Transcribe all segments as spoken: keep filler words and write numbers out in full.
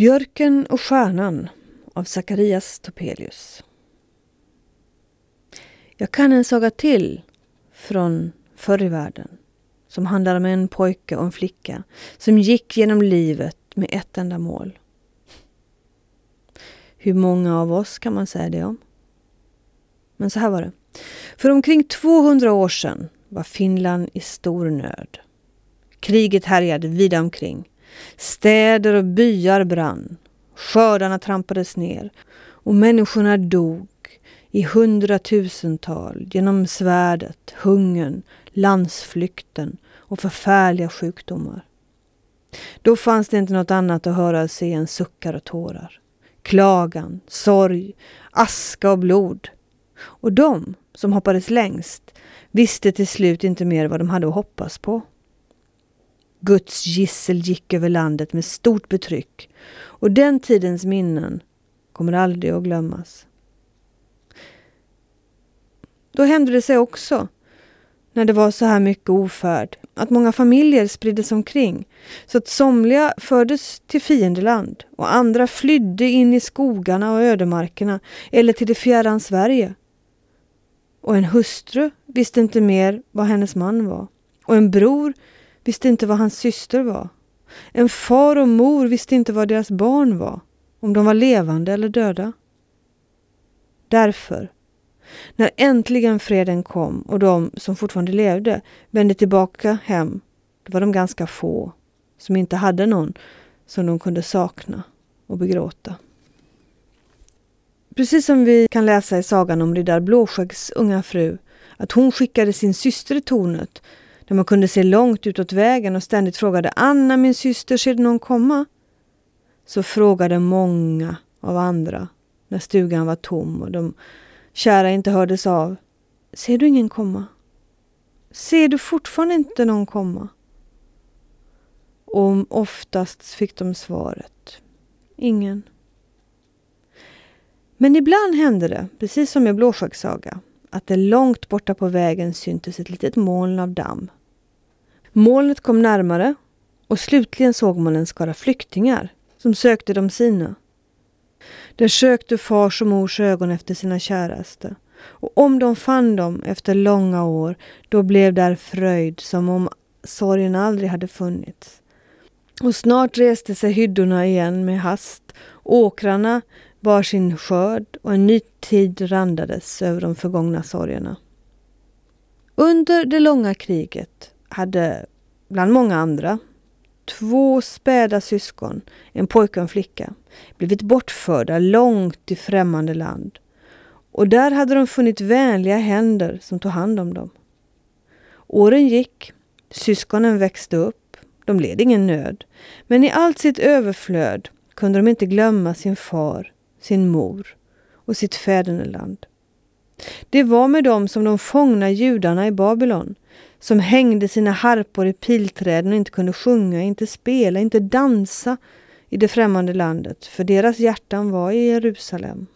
Björken och stjärnan av Zacharias Topelius. Jag kan en saga till från förr i världen som handlar om en pojke och en flicka som gick genom livet med ett enda mål. Hur många av oss kan man säga det om? Men så här var det. För omkring tvåhundra år sedan var Finland i stor nöd. Kriget härjade vida omkring. Städer och byar brann. Skördarna trampades ner. Och människorna dog i hundratusental genom svärdet, hungern, landsflykten och förfärliga sjukdomar. Då fanns det inte något annat att höra och se än suckar och tårar. Klagan, sorg, aska och blod. Och de som hoppades längst visste till slut inte mer vad de hade att hoppas på. Guds gissel gick över landet med stort betryck, och den tidens minnen kommer aldrig att glömmas. Då hände det sig också, när det var så här mycket ofärd, att många familjer spriddes omkring, så att somliga fördes till fiendeland och andra flydde in i skogarna och ödemarkerna eller till det fjärran Sverige. Och en hustru visste inte mer vad hennes man var, och en bror visste inte vad hans syster var. En far och mor visste inte vad deras barn var, om de var levande eller döda. Därför, när äntligen freden kom och de som fortfarande levde vände tillbaka hem, då var de ganska få som inte hade någon som de kunde sakna och begråta. Precis som vi kan läsa i sagan om Riddar Blåskäggs unga fru, att hon skickade sin syster i tornet där man kunde se långt utåt vägen och ständigt frågade: Anna, min syster, ser du någon komma? Så frågade många av andra när stugan var tom och de kära inte hördes av: Ser du ingen komma? Ser du fortfarande inte någon komma? Och oftast fick de svaret: ingen. Men ibland hände det, precis som i Blåskäggs saga, att det långt borta på vägen syntes ett litet moln av damm. Molnet kom närmare och slutligen såg man en skara flyktingar som sökte de sina. De sökte fars och mors ögon efter sina käraste, och om de fann dem efter långa år, då blev där fröjd som om sorgen aldrig hade funnits. Och snart reste sig hyddorna igen med hast, åkrarna bar sin skörd och en ny tid randades över de förgångna sorgerna. Under det långa kriget hade, bland många andra, två späda syskon, en pojke och en flicka, blivit bortförda långt i främmande land. Och där hade de funnit vänliga händer som tog hand om dem. Åren gick, syskonen växte upp, de led ingen nöd, men i allt sitt överflöd kunde de inte glömma sin far, sin mor och sitt fäderneland. Det var med dem som de fångna judarna i Babylon, som hängde sina harpor i pilträden och inte kunde sjunga, inte spela, inte dansa i det främmande landet, för deras hjärtan var i Jerusalem.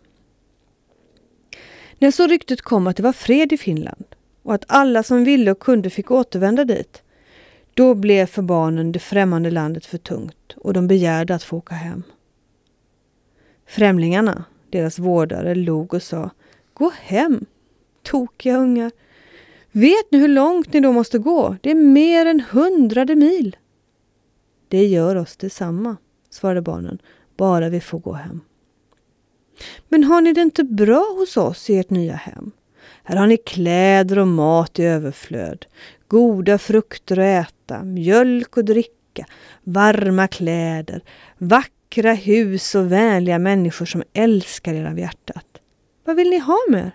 När så ryktet kom att det var fred i Finland och att alla som ville och kunde fick återvända dit, då blev för barnen det främmande landet för tungt och de begärde att få åka hem. Främlingarna, deras vårdare, log och sa: Gå hem, tokiga ungar. Vet ni hur långt ni då måste gå? Det är mer än hundrade mil. Det gör oss detsamma, svarade barnen, bara vi får gå hem. Men har ni det inte bra hos oss i ert nya hem? Här har ni kläder och mat i överflöd, goda frukter att äta, mjölk och dricka, varma kläder, vackra hus och vänliga människor som älskar er av hjärtat. Vad vill ni ha mer?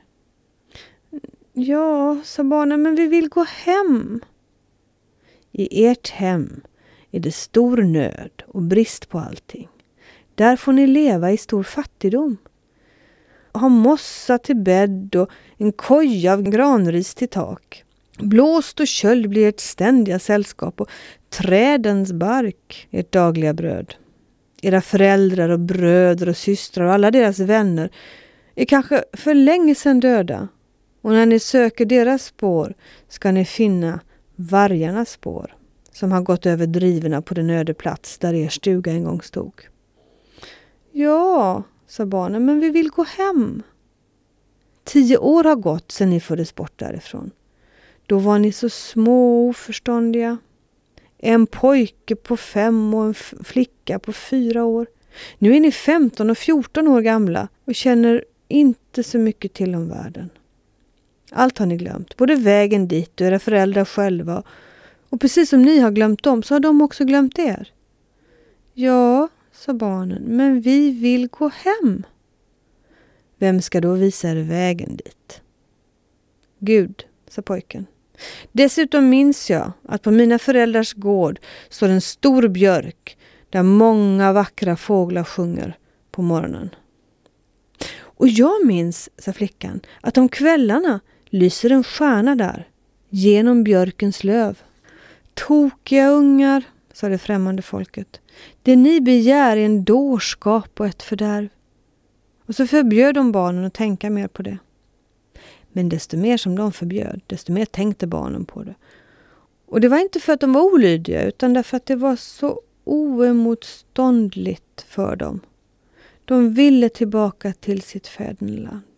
Ja, sa barnen, men vi vill gå hem. I ert hem är det stor nöd och brist på allting. Där får ni leva i stor fattigdom. Ha mossa till bädd och en koja av granris till tak. Blåst och köld blir ett ständiga sällskap och trädens bark ert dagliga bröd. Era föräldrar och bröder och systrar och alla deras vänner är kanske för länge sedan döda. Och när ni söker deras spår ska ni finna vargarnas spår som har gått över drivorna på den öde plats där er stuga en gång stod. Ja, sa barnen, men vi vill gå hem. Tio år har gått sedan ni fördes bort därifrån. Då var ni så små och oförståndiga. En pojke på fem och en flicka på fyra år. Nu är ni femton och fjorton år gamla och känner inte så mycket till om världen. Allt har ni glömt, både vägen dit och era föräldrar själva. Och precis som ni har glömt dem så har de också glömt er. Ja, sa barnen, men vi vill gå hem. Vem ska då visa er vägen dit? Gud, sa pojken. Dessutom minns jag att på mina föräldrars gård står en stor björk där många vackra fåglar sjunger på morgonen. Och jag minns, sa flickan, att om kvällarna lyser en stjärna där genom björkens löv. Tokiga ungar, sa det främmande folket. Det ni begär är en dårskap och ett fördärv. Och så förbjöd de barnen att tänka mer på det. Men desto mer som de förbjöd, desto mer tänkte barnen på det. Och det var inte för att de var olydiga, utan därför att det var så oemotståndligt för dem. De ville tillbaka till sitt fäderneland.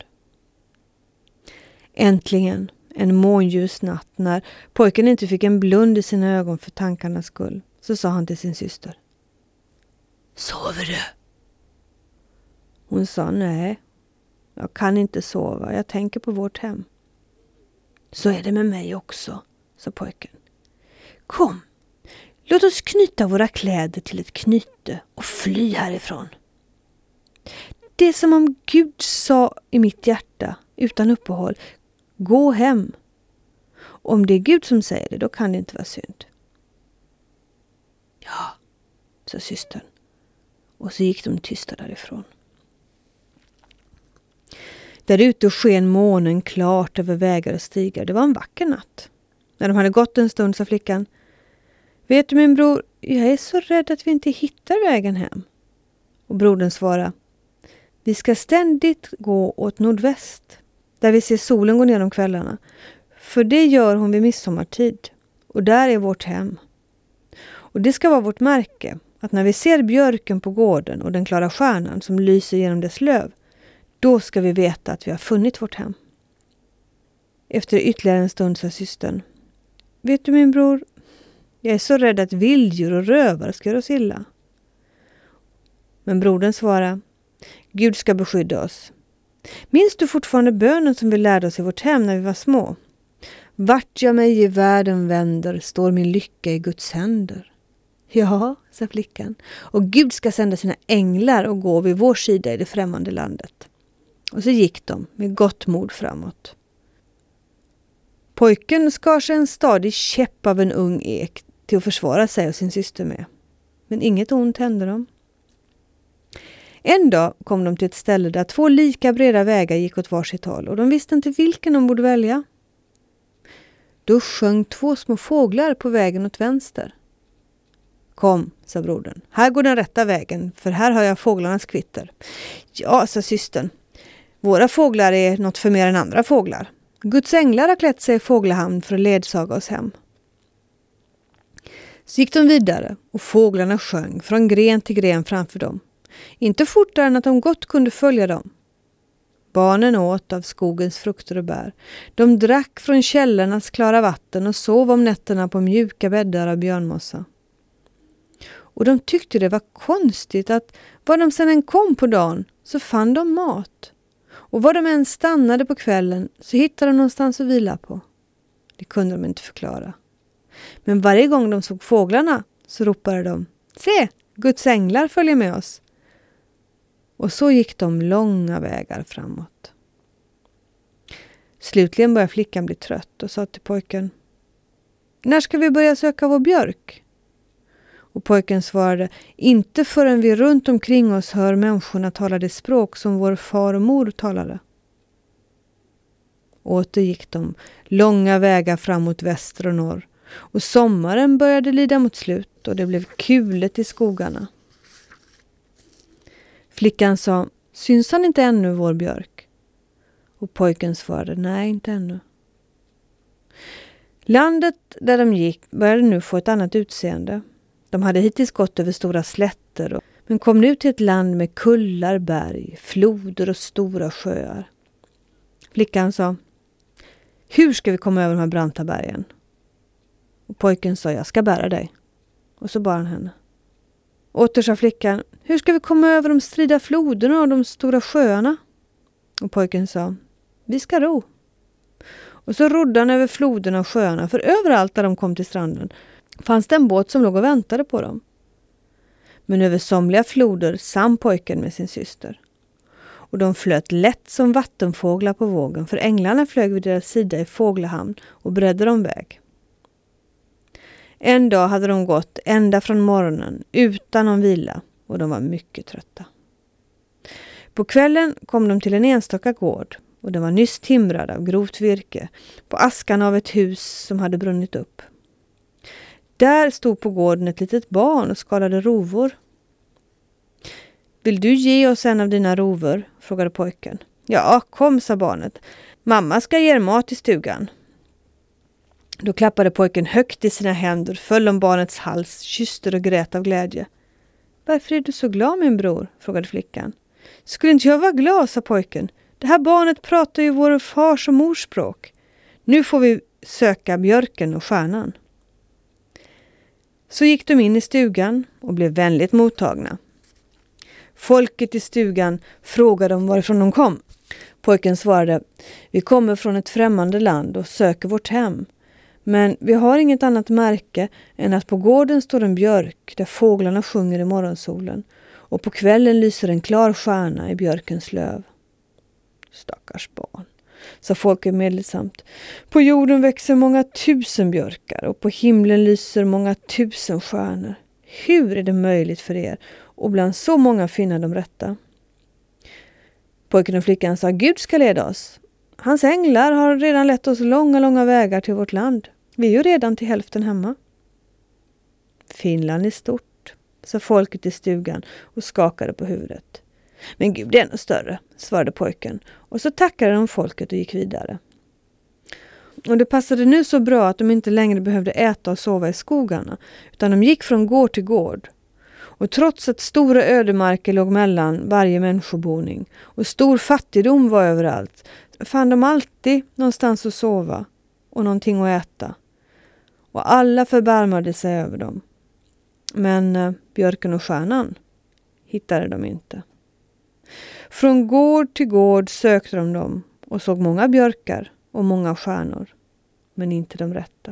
Äntligen, en månljus natt, när pojken inte fick en blund i sina ögon för tankarnas skull, så sa han till sin syster. Sover du? Hon sa nej. Jag kan inte sova, jag tänker på vårt hem. Så är det med mig också, sa pojken. Kom, låt oss knyta våra kläder till ett knyte och fly härifrån. Det är som om Gud sa i mitt hjärta utan uppehåll, gå hem. Om det är Gud som säger det, då kan det inte vara synd. Ja, sa systern. Och så gick de tysta därifrån. Där ute sken månen klart över vägar och stigar. Det var en vacker natt. När de hade gått en stund sa flickan. Vet du min bror, jag är så rädd att vi inte hittar vägen hem. Och brodern svarade. Vi ska ständigt gå åt nordväst. Där vi ser solen gå ner om kvällarna. För det gör hon vid midsommartid. Och där är vårt hem. Och det ska vara vårt märke. Att när vi ser björken på gården och den klara stjärnan som lyser genom dess löv. Då ska vi veta att vi har funnit vårt hem. Efter ytterligare en stund sa systern. Vet du min bror, jag är så rädd att vilddjur och rövare ska göra oss illa. Men brodern svarade. Gud ska beskydda oss. Minns du fortfarande bönen som vi lärde oss i vårt hem när vi var små? Vart jag mig i världen vänder står min lycka i Guds händer. Ja, sa flickan. Och Gud ska sända sina änglar och gå vid vår sida i det främmande landet. Och så gick de med gott mod framåt. Pojken skar sig en stadig käpp av en ung ek till att försvara sig och sin syster med. Men inget ont hände dem. En dag kom de till ett ställe där två lika breda vägar gick åt varsitt håll och de visste inte vilken de borde välja. Då sjöng två små fåglar på vägen åt vänster. Kom, sa brodern. Här går den rätta vägen, för här har jag fåglarnas kvitter. Ja, sa systern. Våra fåglar är något för mer än andra fåglar. Guds änglar har klätt sig i fåglahamn för att ledsaga oss hem. Så gick de vidare och fåglarna sjöng från gren till gren framför dem. Inte fortare än att de gott kunde följa dem. Barnen åt av skogens frukter och bär. De drack från källornas klara vatten och sov om nätterna på mjuka bäddar av björnmossa. Och de tyckte det var konstigt att var de sedan än kom på dagen så fann de mat. Och var de än stannade på kvällen så hittade de någonstans att vila på. Det kunde de inte förklara. Men varje gång de såg fåglarna så ropade de, se, Guds änglar följer med oss. Och så gick de långa vägar framåt. Slutligen började flickan bli trött och sa till pojken, när ska vi börja söka vår björk? Och pojken svarade, inte förrän vi runt omkring oss hör människorna tala det språk som vår far och mor talade. Åter gick de långa vägar fram mot väster och norr. Och sommaren började lida mot slut och det blev kulet i skogarna. Flickan sa, syns han inte ännu vår björk? Och pojken svarade, nej inte ännu. Landet där de gick började nu få ett annat utseende. De hade hittills gått över stora slätter och men kom nu till ett land med kullar, berg, floder och stora sjöar. Flickan sa: hur ska vi komma över de här branta bergen? Och pojken sa: jag ska bära dig. Och så bar han henne. Åter sa flickan: hur ska vi komma över de strida floderna och de stora sjöarna? Och pojken sa: vi ska ro. Och så rodde han över floderna och sjöarna, för överallt där de kom till stranden fanns det en båt som låg och väntade på dem. Men över somliga floder sann pojken med sin syster. Och de flöt lätt som vattenfåglar på vågen, för änglarna flög vid deras sida i fåglahamn och beredde dem väg. En dag hade de gått ända från morgonen utan någon vila, och de var mycket trötta. På kvällen kom de till en enstaka gård, och den var nyss timrad av grovt virke på askan av ett hus som hade brunnit upp. Där stod på gården ett litet barn och skalade rovor. Vill du ge oss en av dina rovor? Frågade pojken. Ja, kom, sa barnet. Mamma ska ge er mat i stugan. Då klappade pojken högt i sina händer, föll om barnets hals, kysste och grät av glädje. Varför är du så glad, min bror? Frågade flickan. Skulle inte jag vara glad, sa pojken. Det här barnet pratar ju vår fars och mors språk. Nu får vi söka björken och stjärnan. Så gick de in i stugan och blev vänligt mottagna. Folket i stugan frågade om varifrån de kom. Pojken svarade: vi kommer från ett främmande land och söker vårt hem. Men vi har inget annat märke än att på gården står en björk där fåglarna sjunger i morgonsolen, och på kvällen lyser en klar stjärna i björkens löv. Stackars barn, sa folket medlidsamt. På jorden växer många tusen björkar och på himlen lyser många tusen stjärnor. Hur är det möjligt för er och bland så många finna de rätta? Pojken och flickan sa: Gud ska leda oss. Hans änglar har redan lett oss långa, långa vägar till vårt land. Vi är ju redan till hälften hemma. Finland är stort, sa folket i stugan och skakade på huvudet. Men Gud är ännu större, svarade pojken, och så tackade de folket och gick vidare. Och det passade nu så bra att de inte längre behövde äta och sova i skogarna, utan de gick från gård till gård. Och trots att stora ödemarker låg mellan varje människoboning och stor fattigdom var överallt, fann de alltid någonstans att sova och någonting att äta. Och alla förbarmade sig över dem. Men eh, björken och stjärnan hittade de inte. Från gård till gård sökte de dem och såg många björkar och många stjärnor, men inte de rätta.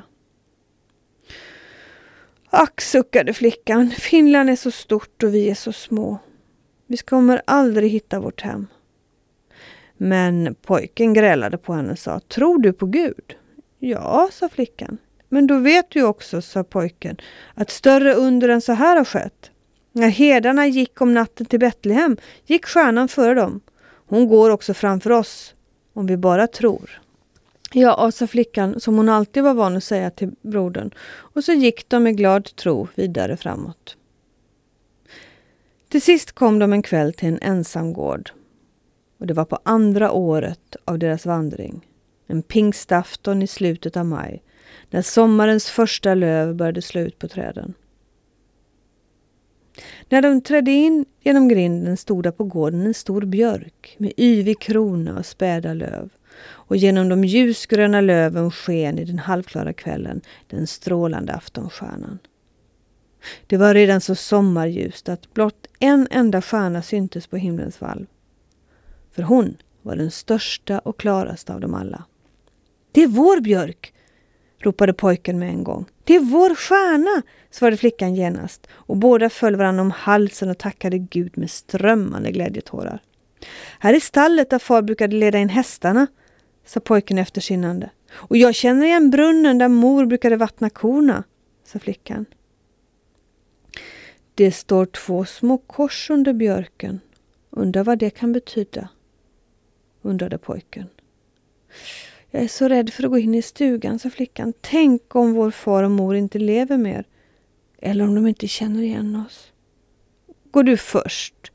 Ack, suckade flickan, Finland är så stort och vi är så små. Vi kommer aldrig hitta vårt hem. Men pojken grälade på henne och sa: tror du på Gud? Ja, sa flickan. Men då vet du också, sa pojken, att större under än så här har skett. När herdarna gick om natten till Betlehem gick stjärnan före dem. Hon går också framför oss, om vi bara tror. Ja, sa flickan, som hon alltid var van att säga till brodern. Och så gick de med glad tro vidare framåt. Till sist kom de en kväll till en ensam gård. Och det var på andra året av deras vandring. En pingstafton i slutet av maj, när sommarens första löv började slå ut på träden. När de trädde in genom grinden stod där på gården en stor björk med yvig krona och späda löv. Och genom de ljusgröna löven sken i den halvklara kvällen den strålande aftonstjärnan. Det var redan så sommarljust att blott en enda stjärna syntes på himlens valv. För hon var den största och klaraste av dem alla. Det är vår björk, ropade pojken med en gång. Det är vår stjärna, svarade flickan genast, och båda föll varandra om halsen och tackade Gud med strömmande glädjetårar. Här är stallet där far brukade leda in hästarna, sa pojken eftersinnande. Och jag känner igen brunnen där mor brukade vattna korna, sa flickan. Det står två små kors under björken. Undrar vad det kan betyda, undrade pojken. Jag är så rädd för att gå in i stugan, sa flickan. Tänk om vår far och mor inte lever mer. Eller om de inte känner igen oss. Går du först?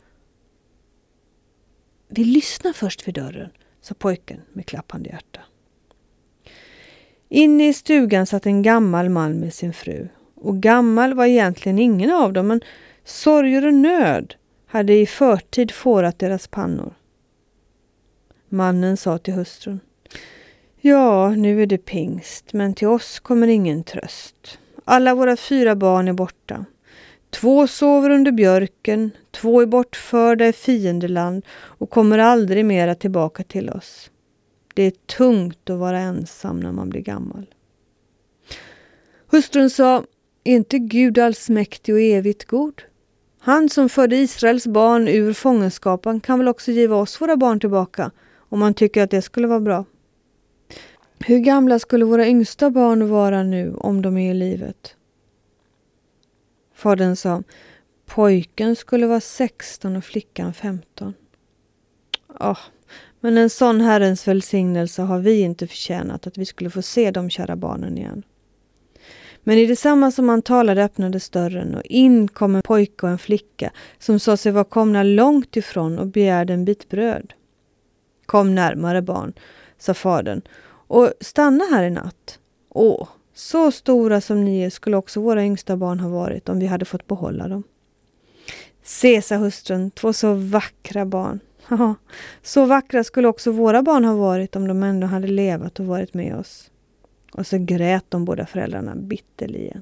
Vi lyssnar först vid dörren, sa pojken med klappande hjärta. Inne i stugan satt en gammal man med sin fru. Och gammal var egentligen ingen av dem, men Sorger och nöd hade i förtid fårat deras pannor. Mannen sa till hustrun: ja, nu är det pingst, men till oss kommer ingen tröst. Alla våra fyra barn är borta. Två sover under björken, två är bortförda i fiendeland och kommer aldrig mera tillbaka till oss. Det är tungt att vara ensam när man blir gammal. Hustrun sa: är inte Gud allsmäktig och evigt god? Han som förde Israels barn ur fångenskapen kan väl också giva oss våra barn tillbaka, om man tycker att det skulle vara bra. Hur gamla skulle våra yngsta barn vara nu om de är i livet? Fadern sa: pojken skulle vara sexton och flickan femton. Ja, oh, men en sån Herrens välsignelse har vi inte förtjänat, att vi skulle få se de kära barnen igen. Men i detsamma som han talade öppnades dörren, och in kom en pojke och en flicka som sa sig vara komna långt ifrån och begärde en bit bröd. Kom närmare, barn, sa fadern, och stanna här i natt. Åh, så stora som ni är skulle också våra yngsta barn ha varit om vi hade fått behålla dem. Se, sa hustrun, två så vackra barn. Ja, så vackra skulle också våra barn ha varit om de ändå hade levat och varit med oss. Och så grät de båda föräldrarna bitterligen.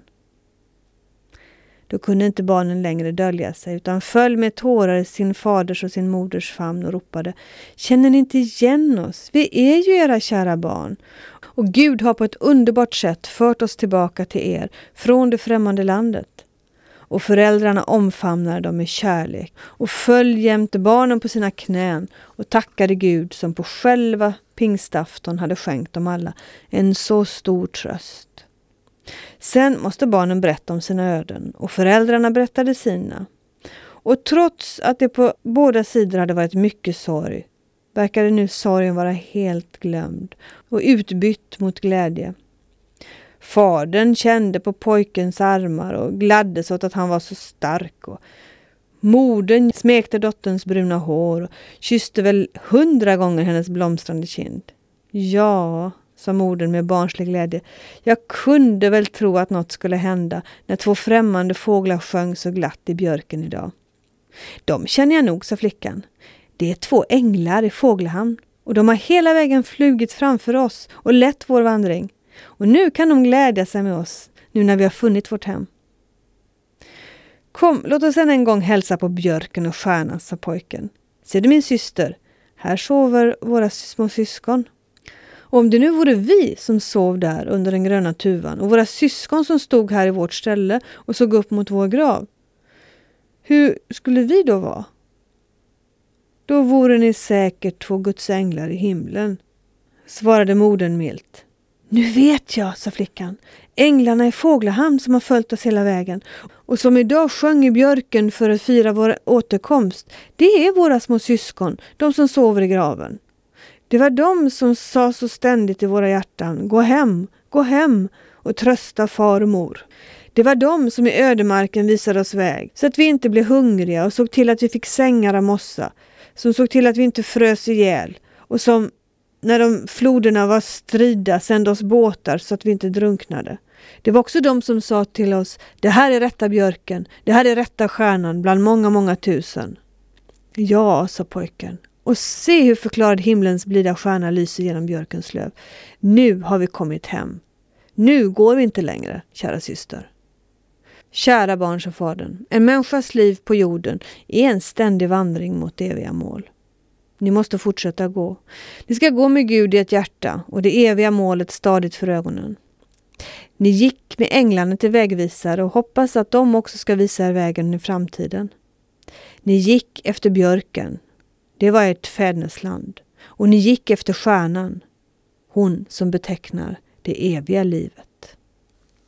Då kunde inte barnen längre dölja sig, utan föll med tårar i sin faders och sin moders famn och ropade: känner ni inte igen oss? Vi är ju era kära barn. Och Gud har på ett underbart sätt fört oss tillbaka till er från det främmande landet. Och föräldrarna omfamnade dem med kärlek och föll jämte barnen på sina knän och tackade Gud som på själva pingstafton hade skänkt dem alla en så stor tröst. Sen måste barnen berätta om sina öden och föräldrarna berättade sina. Och trots att det på båda sidor hade varit mycket sorg, verkade nu sorgen vara helt glömd och utbytt mot glädje. Fadern kände på pojkens armar och gladdes åt att han var så stark, och modern smekte dotterns bruna hår och kysste väl hundra gånger hennes blomstrande kind. Ja, sa modern med barnslig glädje, jag kunde väl tro att något skulle hända när två främmande fåglar sjöng så glatt i björken idag. De känner jag nog, sa flickan. Det är två änglar i Fågelhamn och de har hela vägen flugit framför oss och lett vår vandring. Och nu kan de glädja sig med oss, nu när vi har funnit vårt hem. Kom, låt oss än en gång hälsa på björken och stjärnan, sa pojken. Ser du min syster? Här sover våra små syskon. Och om det nu vore vi som sov där under den gröna tuvan och våra syskon som stod här i vårt ställe och såg upp mot vår grav, hur skulle vi då vara? Då vore ni säkert två Guds änglar i himlen, svarade modern milt. Nu vet jag, sa flickan. Änglarna i Fågelhamn som har följt oss hela vägen och som idag sjöng i björken för att fira vår återkomst, det är våra små syskon, de som sover i graven. Det var de som sa så ständigt i våra hjärtan: gå hem, gå hem och trösta far och mor. Det var de som i ödemarken visade oss väg så att vi inte blev hungriga och såg till att vi fick sängar av mossa, som såg till att vi inte frös ihjäl och som när de floderna var strida sände oss båtar så att vi inte drunknade. Det var också de som sa till oss: det här är rätta björken, det här är rätta stjärnan bland många, många tusen. Ja, sa pojken. Och se hur förklarad himlens blida stjärna lyser genom björkens löv. Nu har vi kommit hem. Nu går vi inte längre, kära syster. Kära barn, sa fadern, en människas liv på jorden är en ständig vandring mot eviga mål. Ni måste fortsätta gå. Ni ska gå med Gud i ett hjärta och det eviga målet stadigt för ögonen. Ni gick med änglarna till vägvisare och hoppas att de också ska visa er vägen i framtiden. Ni gick efter björken. Det var ert fädernesland. Och ni gick efter stjärnan. Hon som betecknar det eviga livet.